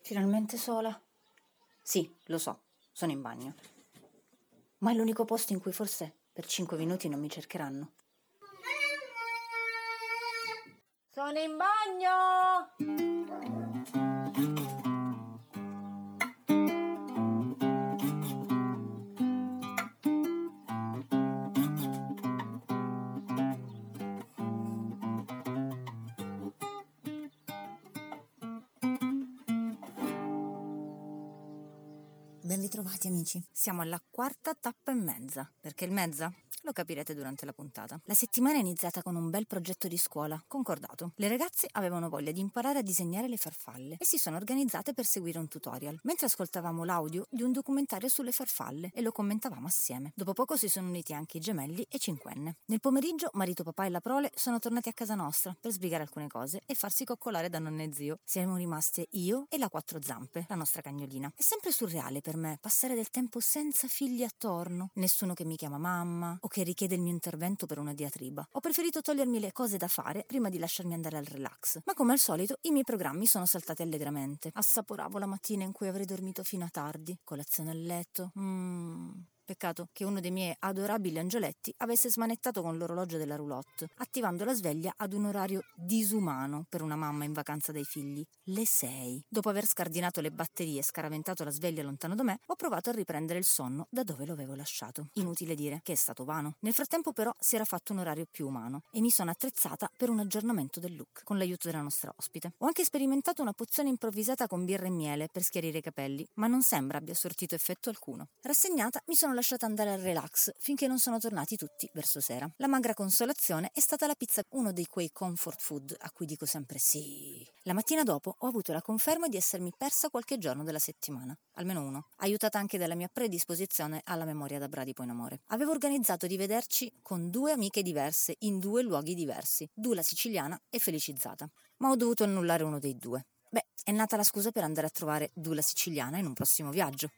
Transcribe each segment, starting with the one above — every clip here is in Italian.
Finalmente sola? Sì, lo so, sono in bagno. Ma è l'unico posto in cui forse per 5 minuti non mi cercheranno. Sono in bagno! Ben ritrovati amici, siamo alla quarta tappa e mezza, perché il mezza lo capirete durante la puntata. La settimana è iniziata con un bel progetto di scuola, concordato. Le ragazze avevano voglia di imparare a disegnare le farfalle e si sono organizzate per seguire un tutorial, mentre ascoltavamo l'audio di un documentario sulle farfalle e lo commentavamo assieme. Dopo poco si sono uniti anche i gemelli e cinquenne. Nel pomeriggio marito, papà e la prole sono tornati a casa nostra per sbrigare alcune cose e farsi coccolare da nonna e zio. Siamo rimaste io e la quattro zampe, la nostra cagnolina. È sempre surreale per me passare del tempo senza figli attorno, nessuno che mi chiama mamma o che richiede il mio intervento per una diatriba. Ho preferito togliermi le cose da fare prima di lasciarmi andare al relax, ma come al solito i miei programmi sono saltati allegramente. Assaporavo la mattina in cui avrei dormito fino a tardi, colazione a letto. Peccato che uno dei miei adorabili angioletti avesse smanettato con l'orologio della roulotte, attivando la sveglia ad un orario disumano per una mamma in vacanza dai figli, le 6. Dopo aver scardinato le batterie e scaraventato la sveglia lontano da me, ho provato a riprendere il sonno da dove lo avevo lasciato. Inutile dire che è stato vano. Nel frattempo però si era fatto un orario più umano e mi sono attrezzata per un aggiornamento del look, con l'aiuto della nostra ospite. Ho anche sperimentato una pozione improvvisata con birra e miele per schiarire i capelli, ma non sembra abbia sortito effetto alcuno. Rassegnata mi sono lasciata andare al relax finché non sono tornati tutti verso sera. La magra consolazione è stata la pizza, uno di quei comfort food a cui dico sempre sì. La mattina dopo ho avuto la conferma di essermi persa qualche giorno della settimana, almeno uno, aiutata anche dalla mia predisposizione alla memoria da bradipo in amore. Avevo organizzato di vederci con 2 amiche diverse in 2 luoghi diversi, Dula siciliana e Felicizzata, ma ho dovuto annullare uno dei 2. Beh, è nata la scusa per andare a trovare Dula siciliana in un prossimo viaggio.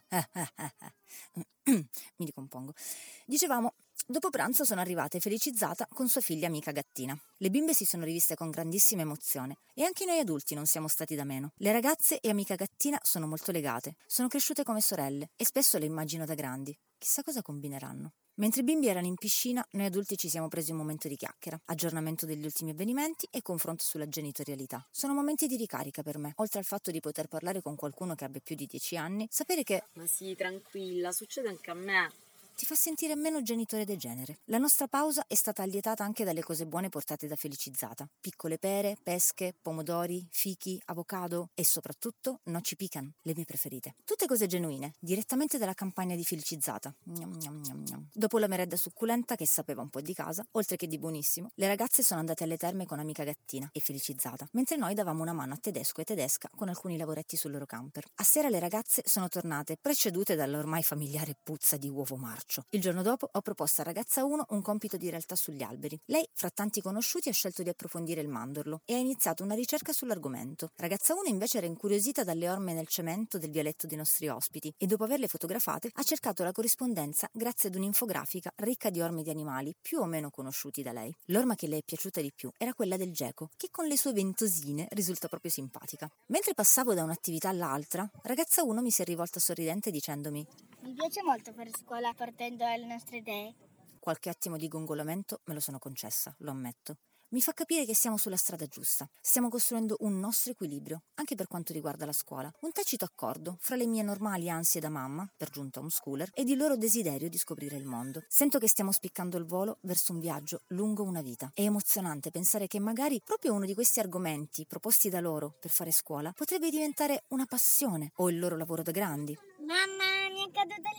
Mi ricompongo. Dicevamo, dopo pranzo sono arrivate Felicizzata con sua figlia amica Gattina. Le bimbe si sono riviste con grandissima emozione e anche noi adulti non siamo stati da meno. Le ragazze e amica Gattina sono molto legate, sono cresciute come sorelle e spesso le immagino da grandi. Chissà cosa combineranno. Mentre i bimbi erano in piscina, noi adulti ci siamo presi un momento di chiacchiera, aggiornamento degli ultimi avvenimenti e confronto sulla genitorialità. Sono momenti di ricarica per me, oltre al fatto di poter parlare con qualcuno che abbia più di 10 anni, sapere che Ma sì, tranquilla, succede anche a me. ti fa sentire meno genitore degenere. La nostra pausa è stata allietata anche dalle cose buone portate da Felicizzata. Piccole pere, pesche, pomodori, fichi, avocado e soprattutto noci pecan, le mie preferite. Tutte cose genuine, direttamente dalla campagna di Felicizzata. Gnam, gnam, gnam, gnam. Dopo la merenda succulenta che sapeva un po' di casa, oltre che di buonissimo, le ragazze sono andate alle terme con amica Gattina e Felicizzata, mentre noi davamo una mano a tedesco e tedesca con alcuni lavoretti sul loro camper. A sera le ragazze sono tornate, precedute dall'ormai familiare puzza di uovo marcio. Il giorno dopo ho proposto a ragazza 1 un compito di realtà sugli alberi. Lei, fra tanti conosciuti, ha scelto di approfondire il mandorlo e ha iniziato una ricerca sull'argomento. Ragazza 1 invece era incuriosita dalle orme nel cemento del vialetto dei nostri ospiti e dopo averle fotografate ha cercato la corrispondenza grazie ad un'infografica ricca di orme di animali più o meno conosciuti da lei. L'orma che le è piaciuta di più era quella del geco, che con le sue ventosine risulta proprio simpatica. Mentre passavo da un'attività all'altra, ragazza 1 mi si è rivolta sorridente dicendomi: Mi piace molto fare scuola partendo dalle nostre idee. qualche attimo di gongolamento me lo sono concessa, lo ammetto. Mi fa capire che siamo sulla strada giusta. Stiamo costruendo un nostro equilibrio, anche per quanto riguarda la scuola. Un tacito accordo fra le mie normali ansie da mamma, per giunta homeschooler, ed il loro desiderio di scoprire il mondo. Sento che stiamo spiccando il volo verso un viaggio lungo una vita. È emozionante pensare che magari proprio uno di questi argomenti proposti da loro per fare scuola potrebbe diventare una passione o il loro lavoro da grandi. Mamma, mi è caduto il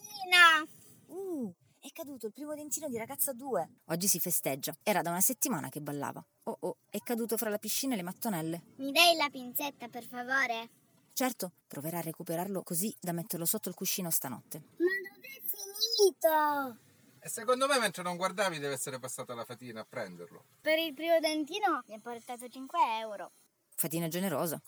dentino! È caduto il primo dentino di ragazza 2. Oggi si festeggia. Era da una settimana che ballava. Oh, è caduto fra la piscina e le mattonelle. Mi dai la pinzetta, per favore? Certo, proverà a recuperarlo così da metterlo sotto il cuscino stanotte. Ma dov'è finito? E secondo me mentre non guardavi deve essere passata la fatina a prenderlo. Per il primo dentino mi ha portato 5 euro. Fatina generosa.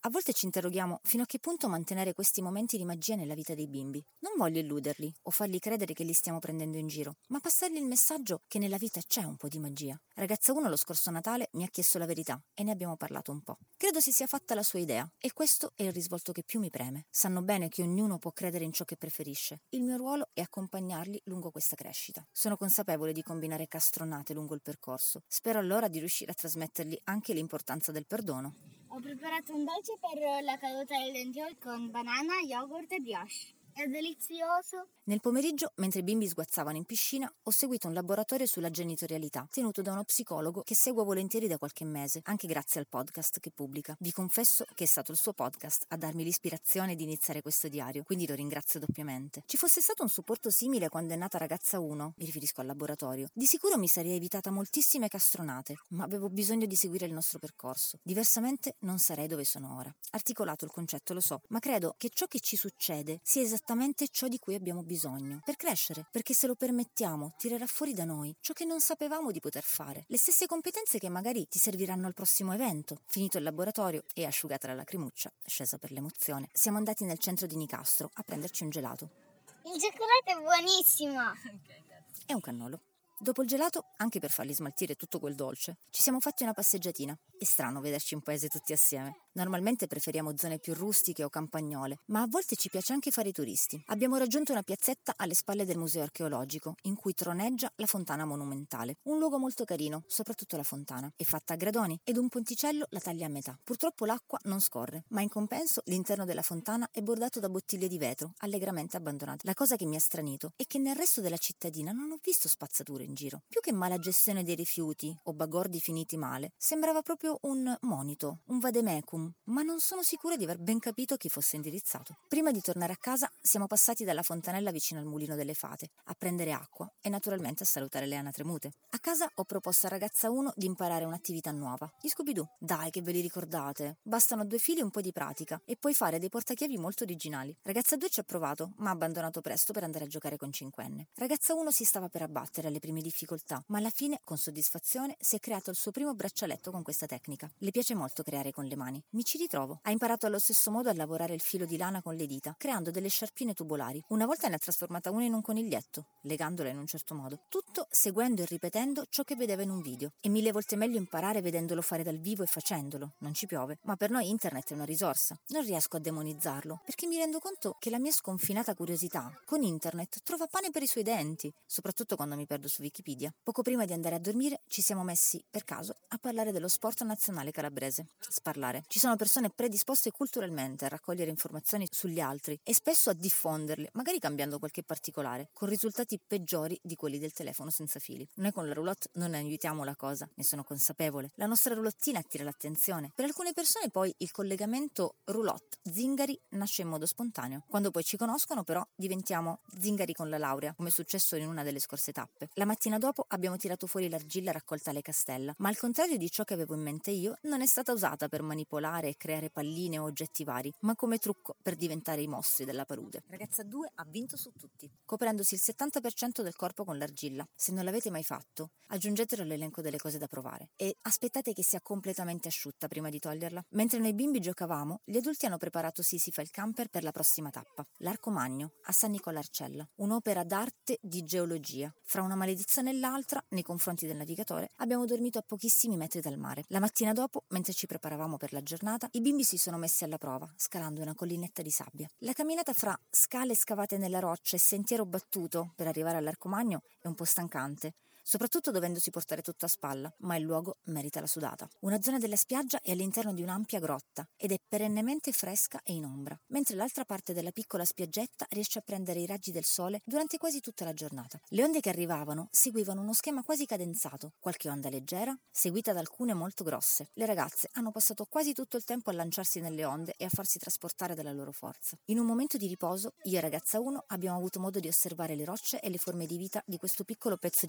A volte ci interroghiamo fino a che punto mantenere questi momenti di magia nella vita dei bimbi. Non voglio illuderli o fargli credere che li stiamo prendendo in giro, ma passargli il messaggio che nella vita c'è un po' di magia. Ragazza 1 lo scorso Natale mi ha chiesto la verità e ne abbiamo parlato un po'. Credo si sia fatta la sua idea e questo è il risvolto che più mi preme. Sanno bene che ognuno può credere in ciò che preferisce. Il mio ruolo è accompagnarli lungo questa crescita. Sono consapevole di combinare castronate lungo il percorso. Spero allora di riuscire a trasmettergli anche l'importanza del perdono. Ho preparato un dolce per la caduta del dente con banana, yogurt e brioche. È delizioso. Nel pomeriggio, mentre i bimbi sguazzavano in piscina, ho seguito un laboratorio sulla genitorialità, tenuto da uno psicologo che seguo volentieri da qualche mese, anche grazie al podcast che pubblica. Vi confesso che è stato il suo podcast a darmi l'ispirazione di iniziare questo diario, quindi lo ringrazio doppiamente. Ci fosse stato un supporto simile quando è nata Ragazza 1, mi riferisco al laboratorio, di sicuro mi sarei evitata moltissime castronate, ma avevo bisogno di seguire il nostro percorso. Diversamente non sarei dove sono ora. Articolato il concetto, lo so, ma credo che ciò che ci succede sia esattamente ciò di cui abbiamo bisogno per crescere, perché se lo permettiamo tirerà fuori da noi ciò che non sapevamo di poter fare, le stesse competenze che magari ti serviranno al prossimo evento. Finito il laboratorio e asciugata la lacrimuccia, scesa per l'emozione, siamo andati nel centro di Nicastro a prenderci un gelato. Il cioccolato è buonissimo. E un cannolo. Dopo il gelato, anche per fargli smaltire tutto quel dolce, ci siamo fatti una passeggiatina. È strano vederci in paese tutti assieme. Normalmente preferiamo zone più rustiche o campagnole, ma a volte ci piace anche fare i turisti. Abbiamo raggiunto una piazzetta alle spalle del museo archeologico, in cui troneggia la fontana monumentale. Un luogo molto carino, soprattutto la fontana. È fatta a gradoni ed un ponticello la taglia a metà. Purtroppo l'acqua non scorre, ma in compenso l'interno della fontana è bordato da bottiglie di vetro, allegramente abbandonate. La cosa che mi ha stranito è che nel resto della cittadina non ho visto spazzature in giro. Più che mala gestione dei rifiuti o bagordi finiti male, sembrava proprio un monito, un vademecum, ma non sono sicura di aver ben capito chi fosse indirizzato. Prima di tornare a casa siamo passati dalla fontanella vicino al mulino delle fate, a prendere acqua e naturalmente a salutare le anatre mute. A casa ho proposto a Ragazza 1 di imparare un'attività nuova, gli Scooby-Doo. Dai che ve li ricordate, bastano 2 fili e un po' di pratica e puoi fare dei portachiavi molto originali. Ragazza 2 ci ha provato, ma ha abbandonato presto per andare a giocare con cinquenne. Ragazza 1 si stava per abbattere alle prime difficoltà, ma alla fine, con soddisfazione, si è creato il suo primo braccialetto con questa tecnica. Le piace molto creare con le mani. Mi ci ritrovo. Ha imparato allo stesso modo a lavorare il filo di lana con le dita, creando delle sciarpine tubolari. Una volta ne ha trasformata una in un coniglietto, legandola in un certo modo. Tutto seguendo e ripetendo ciò che vedeva in un video. E 1000 volte meglio imparare vedendolo fare dal vivo e facendolo. Non ci piove, ma per noi internet è una risorsa. Non riesco a demonizzarlo, perché mi rendo conto che la mia sconfinata curiosità con internet trova pane per i suoi denti, soprattutto quando mi perdo su Wikipedia. Poco prima di andare a dormire ci siamo messi, per caso, a parlare dello sport nazionale calabrese. Sparlare. Ci sono persone predisposte culturalmente a raccogliere informazioni sugli altri e spesso a diffonderle, magari cambiando qualche particolare, con risultati peggiori di quelli del telefono senza fili. Noi con la roulotte non aiutiamo la cosa, ne sono consapevole. La nostra roulottine attira l'attenzione. Per alcune persone poi il collegamento roulotte-zingari nasce in modo spontaneo. Quando poi ci conoscono però diventiamo zingari con la laurea, come è successo in una delle scorse tappe. La mattina dopo abbiamo tirato fuori l'argilla raccolta alle castella, ma al contrario di ciò che avevo in mente io, non è stata usata per manipolare e creare palline o oggetti vari, ma come trucco per diventare i mostri della palude. Ragazza 2 ha vinto su tutti, coprendosi il 70% del corpo con l'argilla. Se non l'avete mai fatto, aggiungetelo all'elenco delle cose da provare e aspettate che sia completamente asciutta prima di toglierla. Mentre noi bimbi giocavamo, gli adulti hanno preparato Sisifa il camper per la prossima tappa, l'Arco Magno a San Nicolarcella, un'opera d'arte di geologia. Fra una maledizione e l'altra, nei confronti del navigatore, abbiamo dormito a pochissimi metri dal mare. La mattina dopo, mentre ci preparavamo per la giornata, i bimbi si sono messi alla prova, scalando una collinetta di sabbia. La camminata fra scale scavate nella roccia e sentiero battuto per arrivare all'Arco Magno è un po' stancante, soprattutto dovendosi portare tutto a spalla, ma il luogo merita la sudata. Una zona della spiaggia è all'interno di un'ampia grotta ed è perennemente fresca e in ombra, mentre l'altra parte della piccola spiaggetta riesce a prendere i raggi del sole durante quasi tutta la giornata. Le onde che arrivavano seguivano uno schema quasi cadenzato, qualche onda leggera, seguita da alcune molto grosse. Le ragazze hanno passato quasi tutto il tempo a lanciarsi nelle onde e a farsi trasportare dalla loro forza. In un momento di riposo, io e Ragazza 1 abbiamo avuto modo di osservare le rocce e le forme di vita di questo piccolo pezzo di Calabria,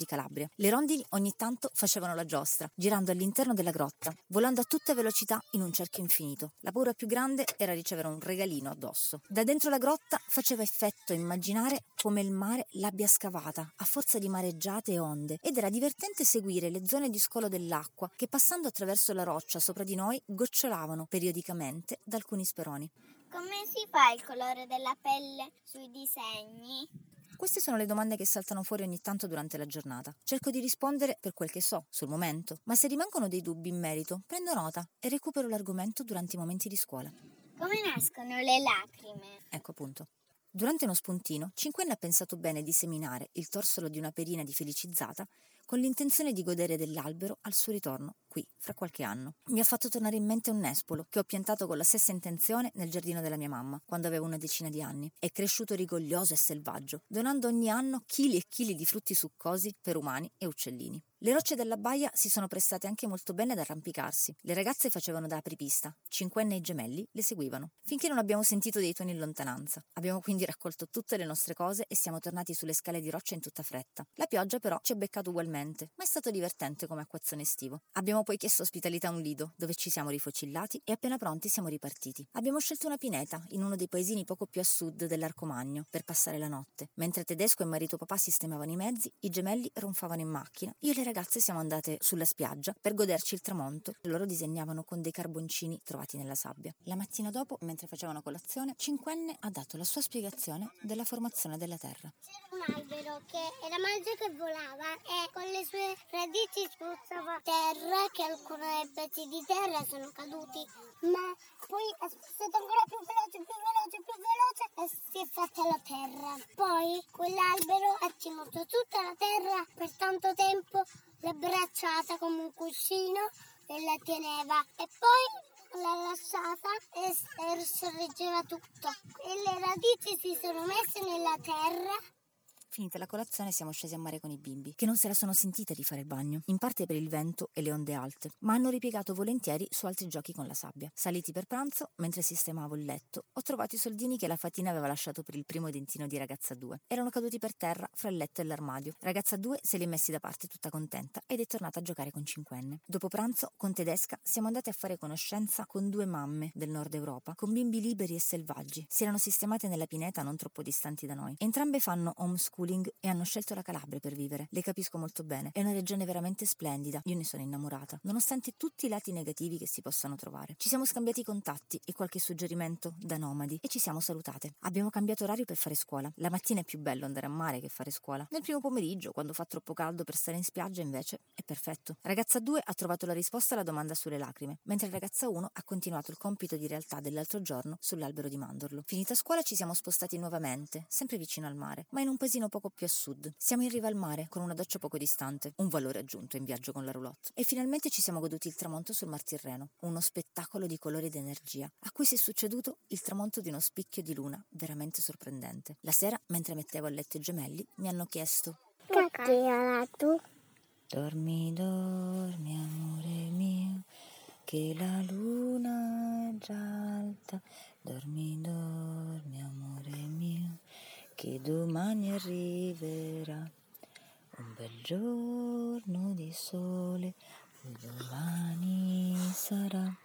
storia. Le rondini ogni tanto facevano la giostra, girando all'interno della grotta, volando a tutta velocità in un cerchio infinito. La paura più grande era ricevere un regalino addosso. Da dentro la grotta faceva effetto immaginare come il mare l'abbia scavata a forza di mareggiate e onde, ed era divertente seguire le zone di scolo dell'acqua che, passando attraverso la roccia sopra di noi, gocciolavano periodicamente da alcuni speroni. Come si fa il colore della pelle sui disegni? Queste sono le domande che saltano fuori ogni tanto durante la giornata. Cerco di rispondere per quel che so, sul momento, ma se rimangono dei dubbi in merito, prendo nota e recupero l'argomento durante i momenti di scuola. Come nascono le lacrime? Ecco appunto. Durante uno spuntino, Cinquenne ha pensato bene di seminare il torsolo di una perina di felicizzata con l'intenzione di godere dell'albero al suo ritorno qui, fra qualche anno. Mi ha fatto tornare in mente un nespolo che ho piantato con la stessa intenzione nel giardino della mia mamma, quando avevo una decina di anni. È cresciuto rigoglioso e selvaggio, donando ogni anno chili e chili di frutti succosi per umani e uccellini. Le rocce della baia si sono prestate anche molto bene ad arrampicarsi. Le ragazze facevano da apripista, Cinquenne e i gemelli le seguivano, finché non abbiamo sentito dei tuoni in lontananza. Abbiamo quindi raccolto tutte le nostre cose e siamo tornati sulle scale di roccia in tutta fretta. La pioggia però ci ha beccato ugualmente, ma è stato divertente come acquazzone estivo. Abbiamo poi chiesto ospitalità a un lido, dove ci siamo rifocillati e appena pronti siamo ripartiti. Abbiamo scelto una pineta in uno dei paesini poco più a sud dell'Arcomagno per passare la notte. Mentre Tedesco e marito papà sistemavano i mezzi, i gemelli ronfavano in macchina. Io e le ragazze siamo andate sulla spiaggia per goderci il tramonto. Loro disegnavano con dei carboncini trovati nella sabbia. La mattina dopo, mentre facevano colazione, Cinquenne ha dato la sua spiegazione della formazione della Terra. C'era un albero che era magico che volava e con le sue radici spruzzava terra, che alcuni pezzi di terra sono caduti, ma poi è stato ancora più veloce e si è fatta la terra. Poi quell'albero ha tenuto tutta la terra per tanto tempo, l'abbracciata come un cuscino e la teneva, e poi l'ha lasciata e sorreggeva tutto, e le radici si sono messe nella terra. Finita la colazione siamo scesi a mare con i bimbi, che non se la sono sentita di fare il bagno, in parte per il vento e le onde alte, ma hanno ripiegato volentieri su altri giochi con la sabbia. Saliti per pranzo, mentre sistemavo il letto, ho trovato i soldini che la fatina aveva lasciato per il primo dentino di ragazza 2. Erano caduti per terra fra il letto e l'armadio. Ragazza 2 se li è messi da parte tutta contenta ed è tornata a giocare con Cinquenne. Dopo pranzo, con Tedesca, siamo andati a fare conoscenza con 2 mamme del nord Europa, con bimbi liberi e selvaggi. Si erano sistemate nella pineta non troppo distanti da noi. Entrambe fanno homeschooling e hanno scelto la Calabria per vivere. Le capisco molto bene. È una regione veramente splendida. Io ne sono innamorata, nonostante tutti i lati negativi che si possano trovare. Ci siamo scambiati i contatti e qualche suggerimento da nomadi e ci siamo salutate. Abbiamo cambiato orario per fare scuola. La mattina è più bello andare a mare che fare scuola. Nel primo pomeriggio, quando fa troppo caldo per stare in spiaggia, invece è perfetto. Ragazza 2 ha trovato la risposta alla domanda sulle lacrime, mentre ragazza 1 ha continuato il compito di realtà dell'altro giorno sull'albero di mandorlo. Finita scuola ci siamo spostati nuovamente, sempre vicino al mare, ma in un paesino poco più a sud. Siamo in riva al mare, con una doccia poco distante, un valore aggiunto in viaggio con la roulotte. E finalmente ci siamo goduti il tramonto sul Mar Tirreno, uno spettacolo di colori ed energia, a cui si è succeduto il tramonto di uno spicchio di luna veramente sorprendente. La sera, mentre mettevo a letto i gemelli, mi hanno chiesto: Perché tu? Dormi, dormi, amore mio, che la luna è già alta. Dormi, dormi, amore mio, che domani arriverà un bel giorno di sole, poi domani sarà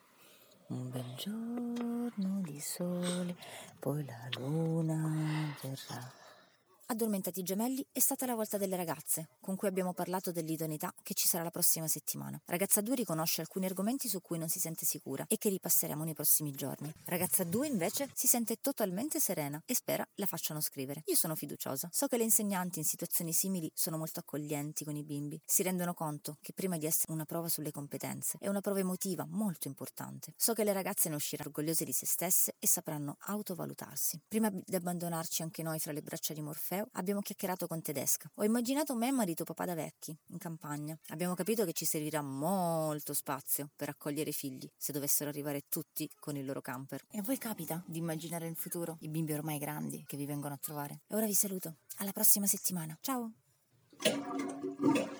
un bel giorno di sole, poi la luna verrà. Addormentati i gemelli è stata la volta delle ragazze, con cui abbiamo parlato dell'idoneità che ci sarà la prossima settimana. Ragazza 2 riconosce alcuni argomenti su cui non si sente sicura e che ripasseremo nei prossimi giorni. Ragazza 2 invece si sente totalmente serena e spera la facciano scrivere. Io sono fiduciosa. So che le insegnanti in situazioni simili sono molto accoglienti con i bimbi. Si rendono conto che prima di essere una prova sulle competenze è una prova emotiva molto importante. So che le ragazze ne usciranno orgogliose di se stesse e sapranno autovalutarsi. Prima di abbandonarci anche noi fra le braccia di Morfeo, abbiamo chiacchierato con Tedesca. Ho immaginato me e marito papà da vecchi, in campagna. Abbiamo capito che ci servirà molto spazio per accogliere i figli, se dovessero arrivare tutti con il loro camper. E a voi capita di immaginare in futuro i bimbi ormai grandi che vi vengono a trovare? E ora vi saluto. Alla prossima settimana. Ciao!